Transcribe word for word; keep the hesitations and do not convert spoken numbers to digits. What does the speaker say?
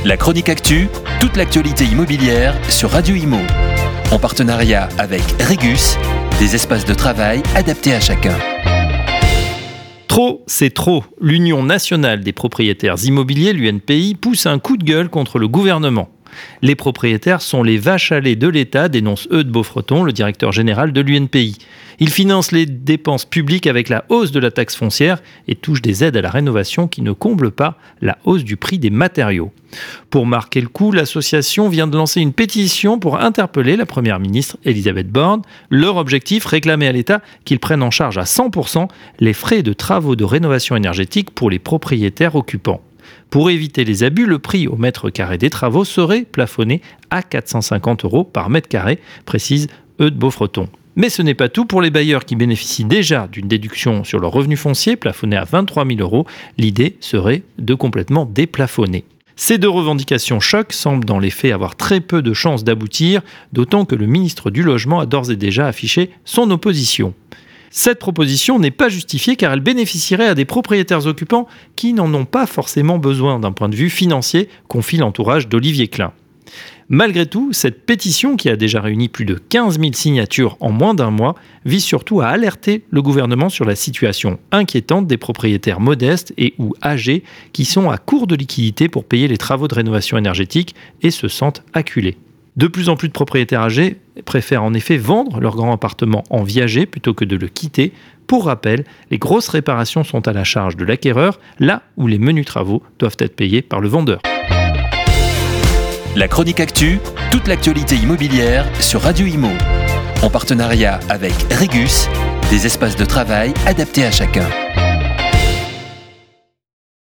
La chronique actu, toute l'actualité immobilière sur Radio Imo. En partenariat avec Regus, des espaces de travail adaptés à chacun. Trop, c'est trop. L'Union nationale des propriétaires immobiliers, l'U N P I, pousse un coup de gueule contre le gouvernement. Les propriétaires sont les vaches à lait de l'État, dénonce Eudes Beaufreton, le directeur général de l'U N P I. Ils financent les dépenses publiques avec la hausse de la taxe foncière et touchent des aides à la rénovation qui ne comblent pas la hausse du prix des matériaux. Pour marquer le coup, l'association vient de lancer une pétition pour interpeller la première ministre Elisabeth Borne. Leur objectif, réclamer à l'État qu'il prenne en charge à cent pour cent les frais de travaux de rénovation énergétique pour les propriétaires occupants. Pour éviter les abus, le prix au mètre carré des travaux serait plafonné à quatre cent cinquante euros par mètre carré, précise Eudes Beaufreton. Mais ce n'est pas tout. Pour les bailleurs qui bénéficient déjà d'une déduction sur leur revenu foncier plafonnée à vingt-trois mille euros, l'idée serait de complètement déplafonner. Ces deux revendications choc semblent dans les faits avoir très peu de chances d'aboutir, d'autant que le ministre du Logement a d'ores et déjà affiché son opposition. Cette proposition n'est pas justifiée car elle bénéficierait à des propriétaires occupants qui n'en ont pas forcément besoin d'un point de vue financier, confie l'entourage d'Olivier Klein. Malgré tout, cette pétition, qui a déjà réuni plus de quinze mille signatures en moins d'un mois, vise surtout à alerter le gouvernement sur la situation inquiétante des propriétaires modestes et ou âgés qui sont à court de liquidités pour payer les travaux de rénovation énergétique et se sentent acculés. De plus en plus de propriétaires âgés préfèrent en effet vendre leur grand appartement en viager plutôt que de le quitter. Pour rappel, les grosses réparations sont à la charge de l'acquéreur, là où les menus travaux doivent être payés par le vendeur. La chronique actu, toute l'actualité immobilière sur Radio Imo. En partenariat avec Regus, des espaces de travail adaptés à chacun.